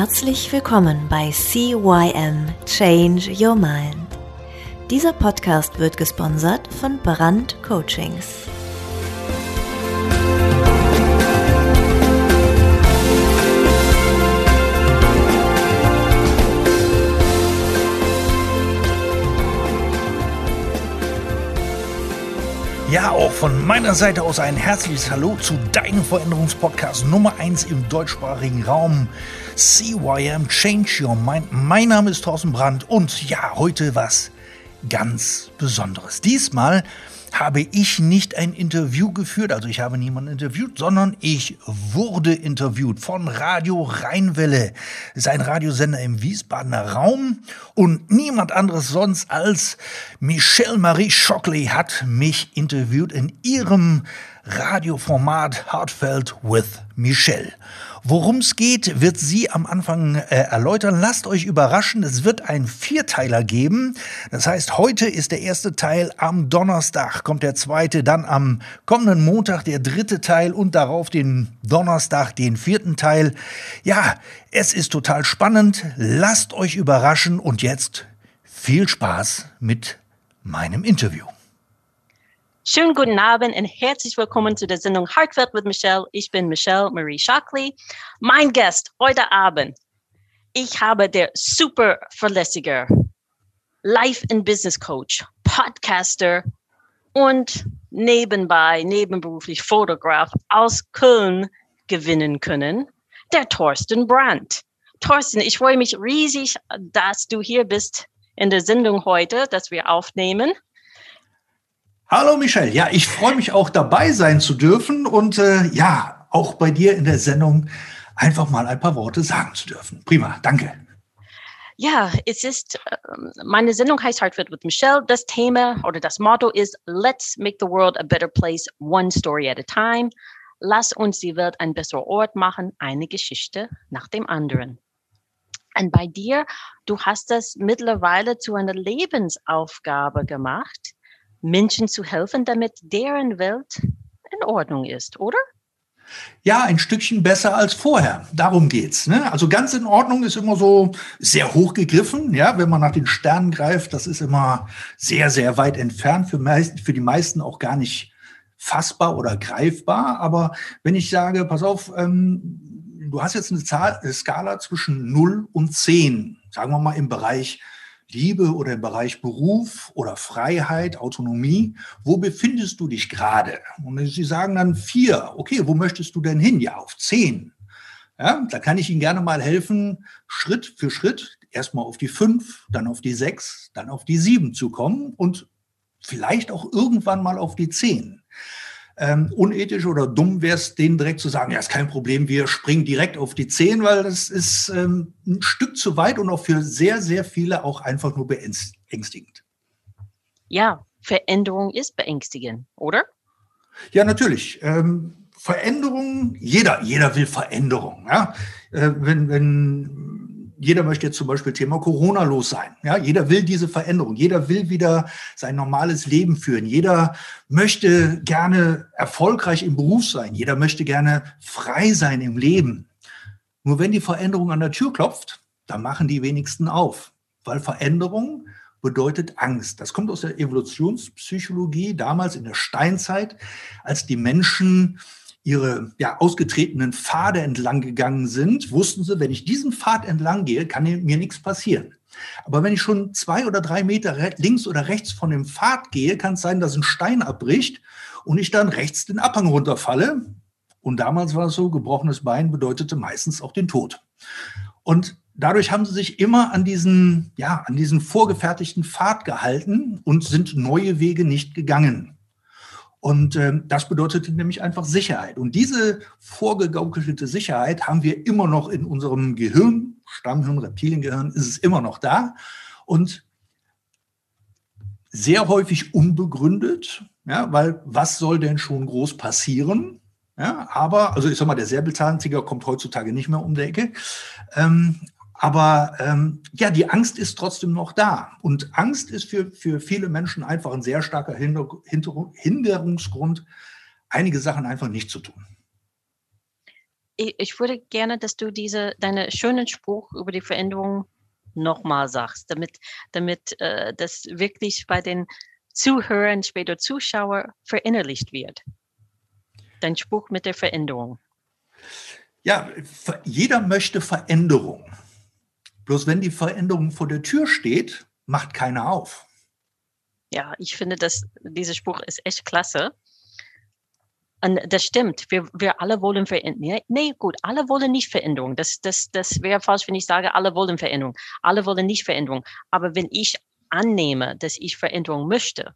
Herzlich willkommen bei CYM Change Your Mind. Dieser Podcast wird gesponsert von Brand Coachings. Ja, auch von meiner Seite aus ein herzliches Hallo zu deinem Veränderungspodcast Nummer 1 im deutschsprachigen Raum, CYM Change Your Mind. Mein Name ist Thorsten Brandt und ja, heute was ganz Besonderes. Diesmal habe ich nicht ein Interview geführt, also ich habe niemanden interviewt, sondern ich wurde interviewt von Radio Rheinwelle. Das ist ein Radiosender im Wiesbadener Raum und niemand anderes sonst als Michelle Marie Shockley hat mich interviewt in ihrem Radioformat Heartfelt with Michelle. Worum es geht, wird sie am Anfang erläutern. Lasst euch überraschen, es wird einen Vierteiler geben. Das heißt, heute ist der erste Teil, am Donnerstag kommt der zweite, dann am kommenden Montag der dritte Teil und darauf den Donnerstag den vierten Teil. Ja, es ist total spannend. Lasst euch überraschen und jetzt viel Spaß mit meinem Interview. Schönen guten Abend und herzlich willkommen zu der Sendung Heartfelt with Michelle. Ich bin Michelle Marie Shockley. Mein Gast heute Abend, ich habe der super verlässige Life- and Business Coach, Podcaster und nebenberuflich Fotograf aus Köln gewinnen können, der Thorsten Brandt. Thorsten, ich freue mich riesig, dass du hier bist in der Sendung heute, dass wir aufnehmen. Hallo Michelle, ja, ich freue mich auch dabei sein zu dürfen und auch bei dir in der Sendung einfach mal ein paar Worte sagen zu dürfen. Prima, danke. Ja, es ist, meine Sendung heißt Heartfelt with Michelle. Das Thema oder das Motto ist Let's make the world a better place, one story at a time. Lass uns die Welt ein besserer Ort machen, eine Geschichte nach dem anderen. Und bei dir, du hast das mittlerweile zu einer Lebensaufgabe gemacht, Menschen zu helfen, damit deren Welt in Ordnung ist, oder? Ja, ein Stückchen besser als vorher. Darum geht's. Ne? Also ganz in Ordnung ist immer so sehr hoch gegriffen. Ja, wenn man nach den Sternen greift, das ist immer sehr, sehr weit entfernt. Für die meisten auch gar nicht fassbar oder greifbar. Aber wenn ich sage, pass auf, du hast jetzt eine Skala zwischen 0 und 10, sagen wir mal im Bereich Liebe oder im Bereich Beruf oder Freiheit, Autonomie, wo befindest du dich gerade? Und Sie sagen dann 4, okay, wo möchtest du denn hin? Ja, auf 10. Ja, da kann ich Ihnen gerne mal helfen, Schritt für Schritt, erstmal auf die 5, dann auf die 6, dann auf die 7 zu kommen und vielleicht auch irgendwann mal auf die 10. Unethisch oder dumm wäre es, denen direkt zu sagen, ja, ist kein Problem, wir springen direkt auf die 10, weil das ist ein Stück zu weit und auch für sehr, sehr viele auch einfach nur beängstigend. Ja, Veränderung ist beängstigend, oder? Ja, natürlich. Veränderung, jeder will Veränderung. Ja? Wenn jeder möchte jetzt zum Beispiel Thema Corona los sein. Ja, jeder will diese Veränderung. Jeder will wieder sein normales Leben führen. Jeder möchte gerne erfolgreich im Beruf sein. Jeder möchte gerne frei sein im Leben. Nur wenn die Veränderung an der Tür klopft, dann machen die wenigsten auf. Weil Veränderung bedeutet Angst. Das kommt aus der Evolutionspsychologie, damals in der Steinzeit, als die Menschen ihre ausgetretenen Pfade entlang gegangen sind, wussten sie, wenn ich diesen Pfad entlang gehe, kann mir nichts passieren. Aber wenn ich schon 2 oder 3 Meter links oder rechts von dem Pfad gehe, kann es sein, dass ein Stein abbricht und ich dann rechts den Abhang runterfalle. Und damals war es so, gebrochenes Bein bedeutete meistens auch den Tod. Und dadurch haben sie sich immer an diesen vorgefertigten Pfad gehalten und sind neue Wege nicht gegangen. Und das bedeutete nämlich einfach Sicherheit. Und diese vorgegaukelte Sicherheit haben wir immer noch in unserem Gehirn, Stammhirn, Reptiliengehirn, ist es immer noch da. Und sehr häufig unbegründet, ja, weil was soll denn schon groß passieren? Ja, aber, also ich sag mal, der Säbelzahntiger kommt heutzutage nicht mehr um die Ecke. Die Angst ist trotzdem noch da. Und Angst ist für viele Menschen einfach ein sehr starker Hinderungsgrund, einige Sachen einfach nicht zu tun. ich würde gerne, dass du deinen schönen Spruch über die Veränderung nochmal sagst, damit das wirklich bei den Zuhörern, später Zuschauer verinnerlicht wird. Dein Spruch mit der Veränderung. Ja, jeder möchte Veränderung. Bloß wenn die Veränderung vor der Tür steht, macht keiner auf. Ja, ich finde, dieser Spruch ist echt klasse. Und das stimmt. Wir alle wollen Veränderung. Nee, gut, alle wollen nicht Veränderung. Das wäre falsch, wenn ich sage, alle wollen Veränderung. Alle wollen nicht Veränderung. Aber wenn ich annehme, dass ich Veränderung möchte,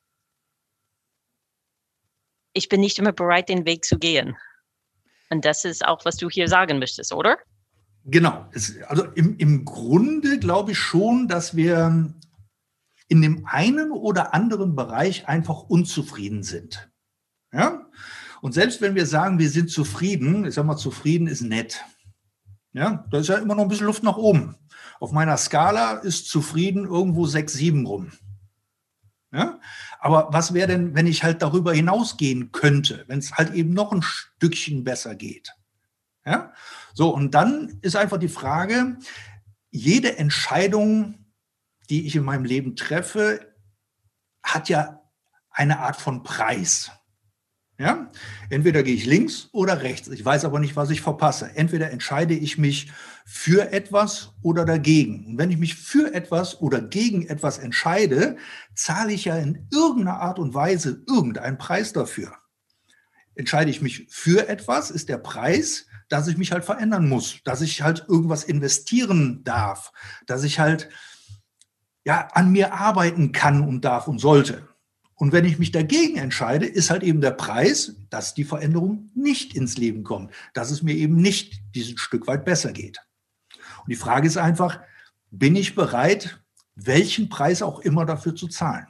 ich bin nicht immer bereit, den Weg zu gehen. Und das ist auch, was du hier sagen möchtest, oder? Genau. Also im Grunde glaube ich schon, dass wir in dem einen oder anderen Bereich einfach unzufrieden sind. Ja? Und selbst wenn wir sagen, wir sind zufrieden, ich sage mal, zufrieden ist nett. Ja, da ist ja immer noch ein bisschen Luft nach oben. Auf meiner Skala ist zufrieden irgendwo 6, 7 rum. Ja? Aber was wäre denn, wenn ich halt darüber hinausgehen könnte, wenn es halt eben noch ein Stückchen besser geht? Ja? So, und dann ist einfach die Frage, jede Entscheidung, die ich in meinem Leben treffe, hat ja eine Art von Preis. Ja? Entweder gehe ich links oder rechts. Ich weiß aber nicht, was ich verpasse. Entweder entscheide ich mich für etwas oder dagegen. Und wenn ich mich für etwas oder gegen etwas entscheide, zahle ich ja in irgendeiner Art und Weise irgendeinen Preis dafür. Entscheide ich mich für etwas, ist der Preis, dass ich mich halt verändern muss, dass ich halt irgendwas investieren darf, dass ich halt an mir arbeiten kann und darf und sollte. Und wenn ich mich dagegen entscheide, ist halt eben der Preis, dass die Veränderung nicht ins Leben kommt, dass es mir eben nicht dieses Stück weit besser geht. Und die Frage ist einfach, bin ich bereit, welchen Preis auch immer dafür zu zahlen?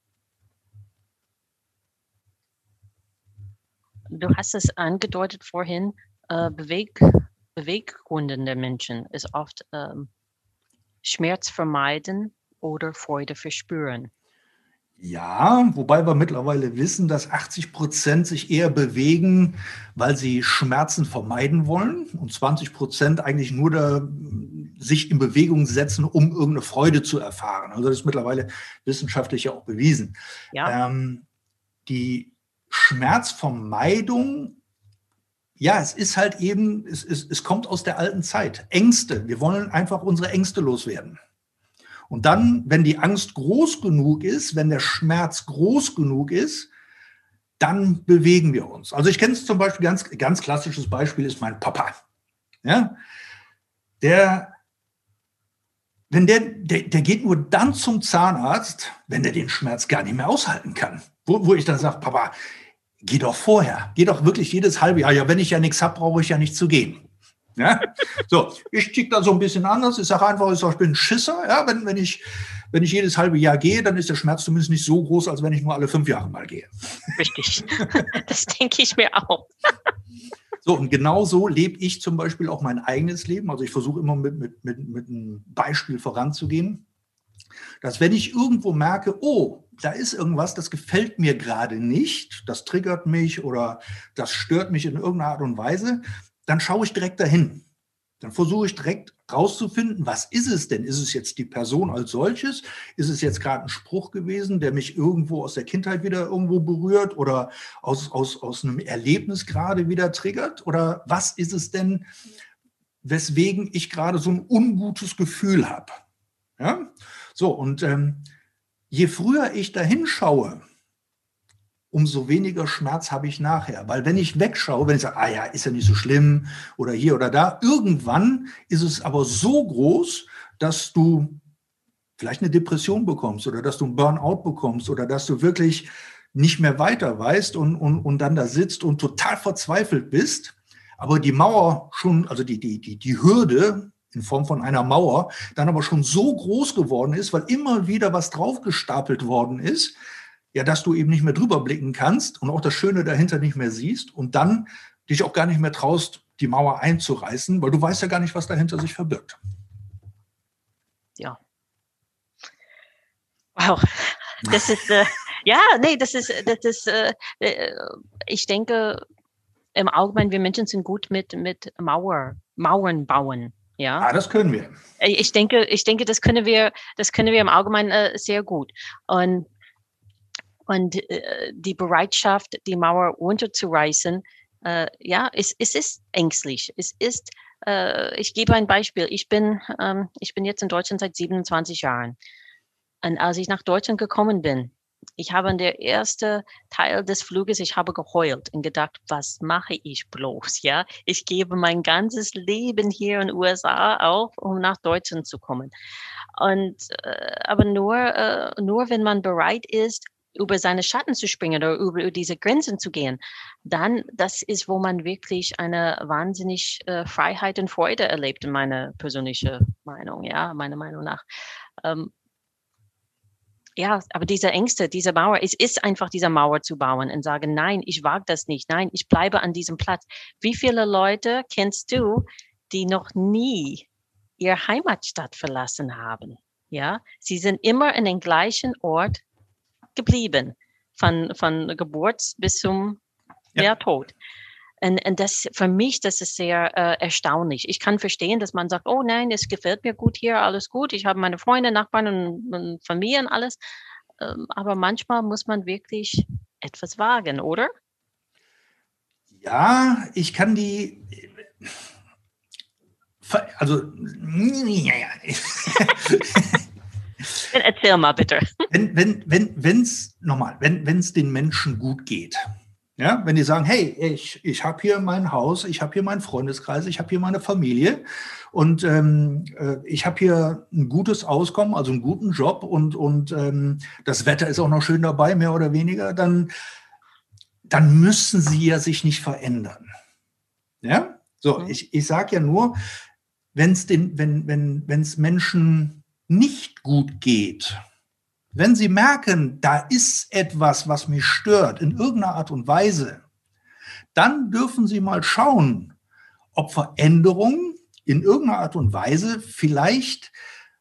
Du hast es angedeutet vorhin, Beweggründe der Menschen ist oft Schmerz vermeiden oder Freude verspüren. Ja, wobei wir mittlerweile wissen, dass 80% sich eher bewegen, weil sie Schmerzen vermeiden wollen und 20% eigentlich nur sich in Bewegung setzen, um irgendeine Freude zu erfahren. Also das ist mittlerweile wissenschaftlich ja auch bewiesen. Ja. Die Schmerzvermeidung, ja, es ist halt eben, es kommt aus der alten Zeit. Ängste, wir wollen einfach unsere Ängste loswerden. Und dann, wenn die Angst groß genug ist, wenn der Schmerz groß genug ist, dann bewegen wir uns. Also ich kenne es zum Beispiel, ganz klassisches Beispiel ist mein Papa. Ja? Der geht nur dann zum Zahnarzt, wenn der den Schmerz gar nicht mehr aushalten kann. Wo ich dann sage, Papa, geh doch vorher. Geh doch wirklich jedes halbe Jahr. Ja, wenn ich ja nichts habe, brauche ich ja nicht zu gehen. Ja? So, ich tick da so ein bisschen anders. Ich sage einfach, ich bin ein Schisser. Ja? Wenn ich jedes halbe Jahr gehe, dann ist der Schmerz zumindest nicht so groß, als wenn ich nur alle 5 Jahre mal gehe. Richtig. Das denke ich mir auch. So, und genau so lebe ich zum Beispiel auch mein eigenes Leben. Also ich versuche immer mit einem Beispiel voranzugehen, dass wenn ich irgendwo merke, oh, da ist irgendwas, das gefällt mir gerade nicht, das triggert mich oder das stört mich in irgendeiner Art und Weise, dann schaue ich direkt dahin. Dann versuche ich direkt rauszufinden, was ist es denn? Ist es jetzt die Person als solches? Ist es jetzt gerade ein Spruch gewesen, der mich irgendwo aus der Kindheit wieder irgendwo berührt oder aus einem Erlebnis gerade wieder triggert? Oder was ist es denn, weswegen ich gerade so ein ungutes Gefühl habe? Ja? So, und je früher ich da hinschaue, umso weniger Schmerz habe ich nachher. Weil wenn ich wegschaue, wenn ich sage, ja, ist ja nicht so schlimm oder hier oder da, irgendwann ist es aber so groß, dass du vielleicht eine Depression bekommst oder dass du einen Burnout bekommst oder dass du wirklich nicht mehr weiter weißt und dann da sitzt und total verzweifelt bist. Aber die Mauer schon, also die Hürde in Form von einer Mauer, dann aber schon so groß geworden ist, weil immer wieder was draufgestapelt worden ist, ja, dass du eben nicht mehr drüber blicken kannst und auch das Schöne dahinter nicht mehr siehst und dann dich auch gar nicht mehr traust, die Mauer einzureißen, weil du weißt ja gar nicht, was dahinter sich verbirgt. Ja. Wow. Das ist, ich denke, im Allgemeinen, wir Menschen sind gut mit Mauern bauen. Ja. Ah, das können wir. Ich denke, das können wir im Allgemeinen sehr gut. Und die Bereitschaft, die Mauer runterzureißen, es ist ängstlich. Es ist, ich gebe ein Beispiel. Ich bin jetzt in Deutschland seit 27 Jahren. Und als ich nach Deutschland gekommen bin, ich habe in der ersten Teil des Fluges, ich habe geheult und gedacht, was mache ich bloß, ja? Ich gebe mein ganzes Leben hier in den USA auf, um nach Deutschland zu kommen. Und, aber nur wenn man bereit ist, über seine Schatten zu springen oder über diese Grenzen zu gehen, dann, das ist, wo man wirklich eine wahnsinnig Freiheit und Freude erlebt, in meiner persönlichen Meinung, ja, meiner Meinung nach. Ja, aber diese Ängste, diese Mauer, es ist einfach diese Mauer zu bauen und sagen, nein, ich wage das nicht, nein, ich bleibe an diesem Platz. Wie viele Leute kennst du, die noch nie ihre Heimatstadt verlassen haben? Ja, sie sind immer in den gleichen Ort geblieben, von Geburt bis zum Tod. Und das für mich, das ist sehr erstaunlich. Ich kann verstehen, dass man sagt, oh nein, es gefällt mir gut hier, alles gut. Ich habe meine Freunde, Nachbarn und Familie und alles. Aber manchmal muss man wirklich etwas wagen, oder? Ja, ich kann Erzähl mal bitte. Wenn es den Menschen gut geht, ja, wenn die sagen, hey, ich habe hier mein Haus, ich habe hier meinen Freundeskreis, ich habe hier meine Familie und ich habe hier ein gutes Auskommen, also einen guten Job und das Wetter ist auch noch schön dabei, mehr oder weniger, dann müssen sie ja sich nicht verändern. Ja, so, ich sage ja nur, wenn es Menschen nicht gut geht, wenn Sie merken, da ist etwas, was mich stört, in irgendeiner Art und Weise, dann dürfen Sie mal schauen, ob Veränderung in irgendeiner Art und Weise vielleicht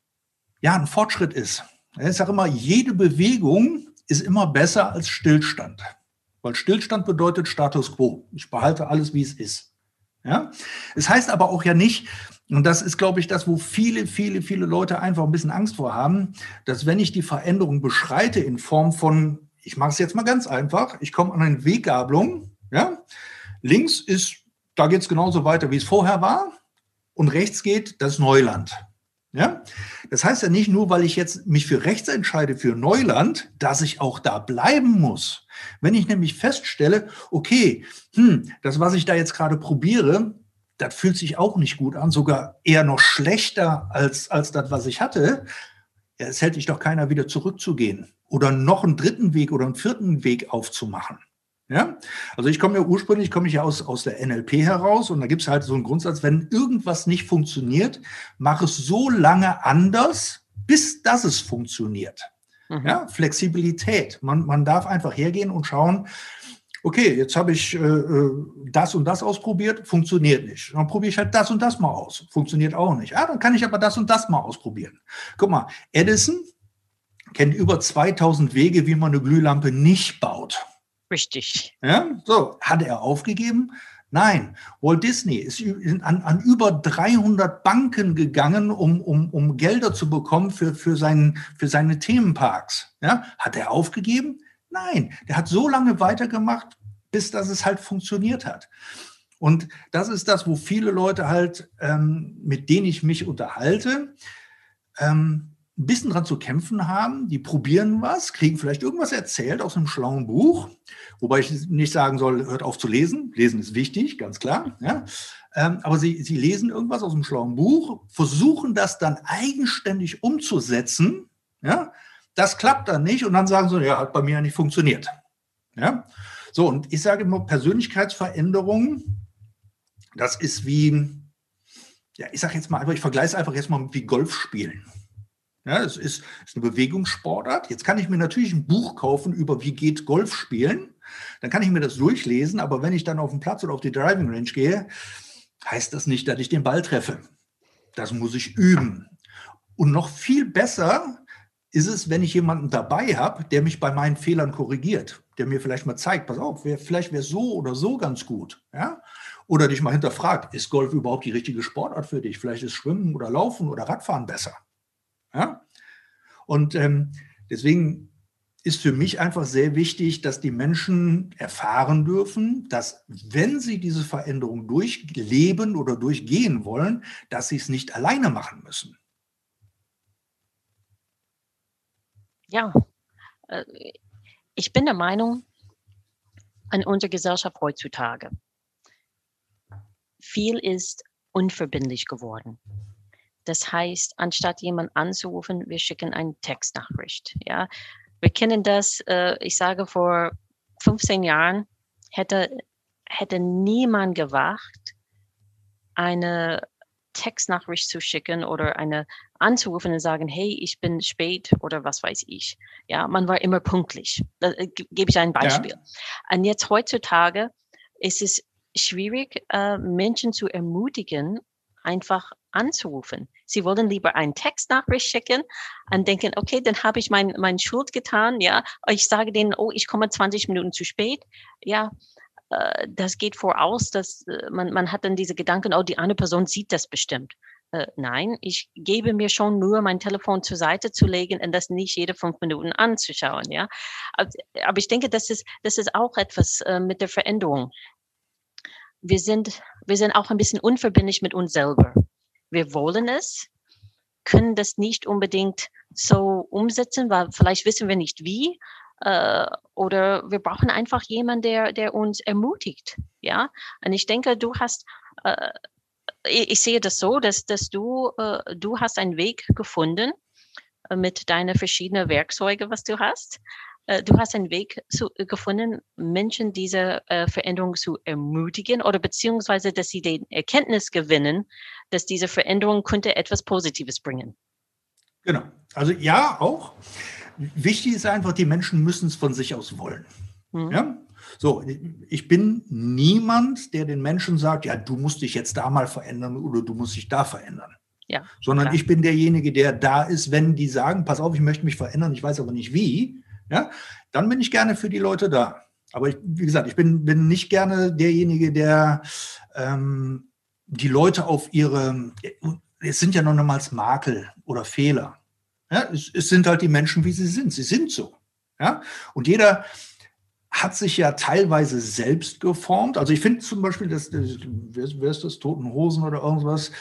ein Fortschritt ist. Ich sage immer, jede Bewegung ist immer besser als Stillstand, weil Stillstand bedeutet Status quo. Ich behalte alles, wie es ist. Ja? Es heißt aber auch ja nicht, und das ist, glaube ich, das, wo viele Leute einfach ein bisschen Angst vor haben, dass wenn ich die Veränderung beschreite in Form von, ich mache es jetzt mal ganz einfach, ich komme an eine Weggabelung, ja? Links ist, da geht es genauso weiter, wie es vorher war, und rechts geht das Neuland. Ja? Das heißt ja nicht nur, weil ich jetzt mich für rechts entscheide, für Neuland, dass ich auch da bleiben muss. Wenn ich nämlich feststelle, okay, das, was ich da jetzt gerade probiere, das fühlt sich auch nicht gut an, sogar eher noch schlechter als das, was ich hatte. Ja, es hält dich doch keiner, wieder zurückzugehen oder noch einen dritten Weg oder einen vierten Weg aufzumachen. Ja? Also ich komme ja aus der NLP heraus und da gibt es halt so einen Grundsatz, wenn irgendwas nicht funktioniert, mach es so lange anders, bis dass es funktioniert. Ja? Flexibilität. Man darf einfach hergehen und schauen, okay, jetzt habe ich das und das ausprobiert, funktioniert nicht. Dann probiere ich halt das und das mal aus, funktioniert auch nicht. Dann kann ich aber das und das mal ausprobieren. Guck mal, Edison kennt über 2000 Wege, wie man eine Glühlampe nicht baut. Richtig. Ja, so, hat er aufgegeben? Nein. Walt Disney ist an über 300 Banken gegangen, um Gelder zu bekommen für seine Themenparks. Ja, hat er aufgegeben? Nein, der hat so lange weitergemacht, bis dass es halt funktioniert hat. Und das ist das, wo viele Leute halt, mit denen ich mich unterhalte, ein bisschen dran zu kämpfen haben. Die probieren was, kriegen vielleicht irgendwas erzählt aus einem schlauen Buch, wobei ich nicht sagen soll, hört auf zu lesen. Lesen ist wichtig, ganz klar. Ja? Aber sie lesen irgendwas aus einem schlauen Buch, versuchen das dann eigenständig umzusetzen, ja? Das klappt dann nicht und dann sagen sie, ja, hat bei mir ja nicht funktioniert. Ja? So, und ich sage immer, Persönlichkeitsveränderung, das ist wie, ja, ich sage jetzt mal einfach, ich vergleiche es einfach jetzt mal wie Golfspielen. Ja, es ist eine Bewegungssportart. Jetzt kann ich mir natürlich ein Buch kaufen über wie geht Golf spielen. Dann kann ich mir das durchlesen, aber wenn ich dann auf den Platz oder auf die Driving Range gehe, heißt das nicht, dass ich den Ball treffe. Das muss ich üben. Und noch viel besser, ist es, wenn ich jemanden dabei habe, der mich bei meinen Fehlern korrigiert, der mir vielleicht mal zeigt, pass auf, vielleicht wäre so oder so ganz gut, ja? Oder dich mal hinterfragt, ist Golf überhaupt die richtige Sportart für dich? Vielleicht ist Schwimmen oder Laufen oder Radfahren besser. Ja? Und deswegen ist für mich einfach sehr wichtig, dass die Menschen erfahren dürfen, dass, wenn sie diese Veränderung durchleben oder durchgehen wollen, dass sie es nicht alleine machen müssen. Ja, ich bin der Meinung, an unserer Gesellschaft heutzutage, viel ist unverbindlich geworden. Das heißt, anstatt jemanden anzurufen, wir schicken eine Textnachricht. Ja, wir kennen das. Ich sage, vor 15 Jahren hätte niemand gewagt, eine Textnachricht zu schicken oder eine anzurufen und sagen, hey, ich bin spät oder was weiß ich. Ja, man war immer pünktlich. Da gebe ich ein Beispiel. Ja. Und jetzt heutzutage ist es schwierig, Menschen zu ermutigen, einfach anzurufen. Sie wollen lieber eine Textnachricht schicken und denken, okay, dann habe ich mein Schuld getan. Ja, ich sage denen, oh, ich komme 20 Minuten zu spät. Ja, das geht voraus, dass man hat dann diese Gedanken, oh, die andere Person sieht das bestimmt. Nein, ich gebe mir schon Mühe, mein Telefon zur Seite zu legen und das nicht jede 5 Minuten anzuschauen. Ja, aber ich denke, das ist auch etwas mit der Veränderung. Wir sind auch ein bisschen unverbindlich mit uns selber. Wir wollen es, können das nicht unbedingt so umsetzen, weil vielleicht wissen wir nicht wie. Oder wir brauchen einfach jemanden, der uns ermutigt. Ja, und ich denke, du hast, ich sehe das so, dass du hast einen Weg gefunden mit deinen verschiedenen Werkzeugen, was du hast. Du hast einen Weg gefunden, Menschen diese Veränderung zu ermutigen oder beziehungsweise, dass sie die Erkenntnis gewinnen, dass diese Veränderung könnte etwas Positives bringen. Genau. Also ja, auch. Wichtig ist einfach, die Menschen müssen es von sich aus wollen. Mhm. Ja? So, ich bin niemand, der den Menschen sagt, ja, du musst dich jetzt da mal verändern oder du musst dich da verändern. Ja, sondern klar. Ich bin derjenige, der da ist, wenn die sagen, pass auf, ich möchte mich verändern, ich weiß aber nicht wie, ja, dann bin ich gerne für die Leute da. Aber wie gesagt, ich bin nicht gerne derjenige, der die Leute auf ihre, es sind ja noch niemals Makel oder Fehler. Ja, es sind halt die Menschen, wie sie sind. Sie sind so. Ja? Und jeder hat sich ja teilweise selbst geformt. Also ich finde zum Beispiel, wer ist das, Toten Hosen oder irgendwas,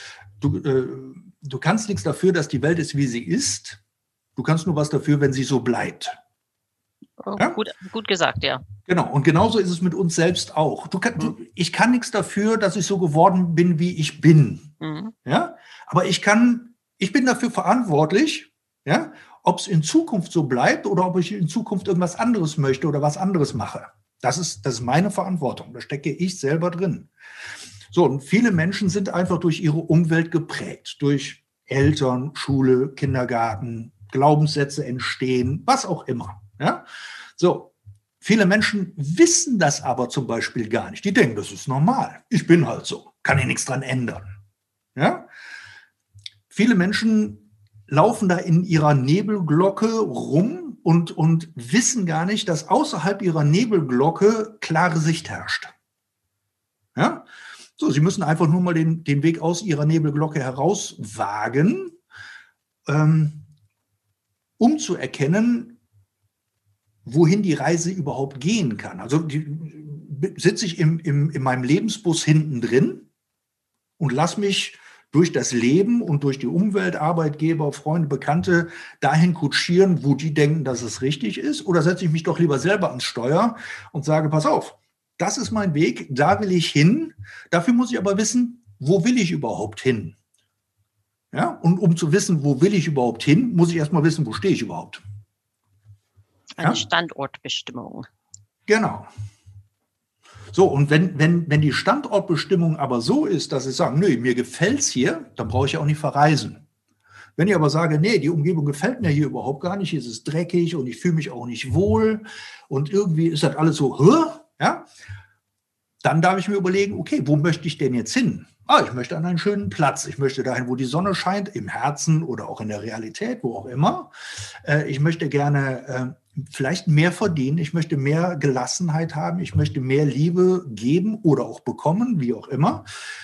du kannst nichts dafür, dass die Welt ist, wie sie ist. Du kannst nur was dafür, wenn sie so bleibt. Oh, ja? Gut gesagt, ja. Genau, und genauso ist es mit uns selbst auch. Ich kann nichts dafür, dass ich so geworden bin, wie ich bin. Mhm. Ja? Aber ich bin dafür verantwortlich, ja, ob es in Zukunft so bleibt oder ob ich in Zukunft irgendwas anderes möchte oder was anderes mache. Das ist meine Verantwortung. Da stecke ich selber drin. So, und viele Menschen sind einfach durch ihre Umwelt geprägt. Durch Eltern, Schule, Kindergarten, Glaubenssätze entstehen, was auch immer. Ja? So, viele Menschen wissen das aber zum Beispiel gar nicht. Die denken, das ist normal. Ich bin halt so. Kann ich nichts dran ändern. Ja? Viele Menschen laufen da in ihrer Nebelglocke rum und wissen gar nicht, dass außerhalb ihrer Nebelglocke klare Sicht herrscht. Ja? So, sie müssen einfach nur mal den Weg aus ihrer Nebelglocke heraus wagen, um zu erkennen, wohin die Reise überhaupt gehen kann. Also sitze ich in meinem Lebensbus hinten drin und lasse mich durch das Leben und durch die Umwelt, Arbeitgeber, Freunde, Bekannte dahin kutschieren, wo die denken, dass es richtig ist? Oder setze ich mich doch lieber selber ans Steuer und sage, pass auf, das ist mein Weg, da will ich hin. Dafür muss ich aber wissen, wo will ich überhaupt hin? Ja? Und um zu wissen, wo will ich überhaupt hin, muss ich erstmal wissen, wo stehe ich überhaupt. Eine Standortbestimmung. Genau. So, und wenn die Standortbestimmung aber so ist, dass ich sage, nö, mir gefällt es hier, dann brauche ich ja auch nicht verreisen. Wenn ich aber sage, nee, die Umgebung gefällt mir hier überhaupt gar nicht, hier ist es dreckig und ich fühle mich auch nicht wohl und irgendwie ist das alles so, ja, dann darf ich mir überlegen, okay, wo möchte ich denn jetzt hin? Ich möchte an einen schönen Platz. Ich möchte dahin, wo die Sonne scheint, im Herzen oder auch in der Realität, wo auch immer. Ich möchte gerne vielleicht mehr verdienen. Ich möchte mehr Gelassenheit haben. Ich möchte mehr Liebe geben oder auch bekommen, wie auch immer.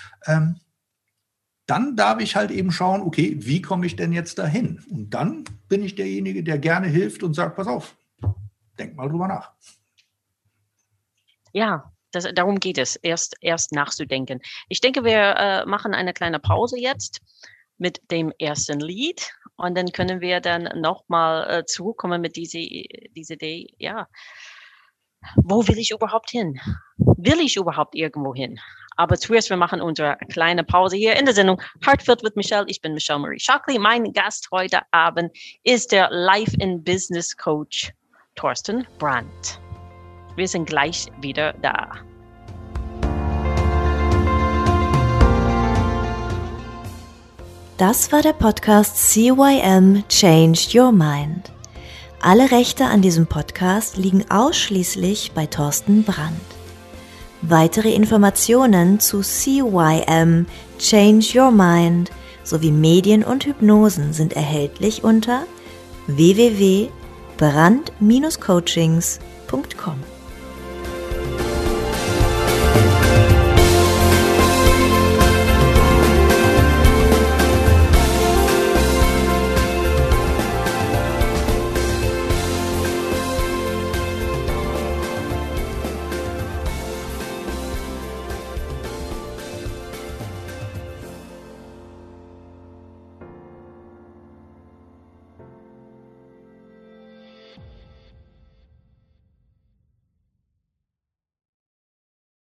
Dann darf ich halt eben schauen, okay, wie komme ich denn jetzt dahin? Und dann bin ich derjenige, der gerne hilft und sagt, pass auf, denk mal drüber nach. Ja. Darum geht es, erst nachzudenken. Ich denke, wir machen eine kleine Pause jetzt mit dem ersten Lied und dann können wir dann nochmal zurückkommen mit diese Idee, ja, wo will ich überhaupt hin? Will ich überhaupt irgendwo hin? Aber zuerst, wir machen unsere kleine Pause hier in der Sendung Heartfelt with Michelle. Ich bin Michelle Marie Shockley. Mein Gast heute Abend ist der Life and Business Coach Thorsten Brandt. Wir sind gleich wieder da. Das war der Podcast CYM Change Your Mind. Alle Rechte an diesem Podcast liegen ausschließlich bei Thorsten Brandt. Weitere Informationen zu CYM Change Your Mind sowie Medien und Hypnosen sind erhältlich unter www.brandt-coachings.com.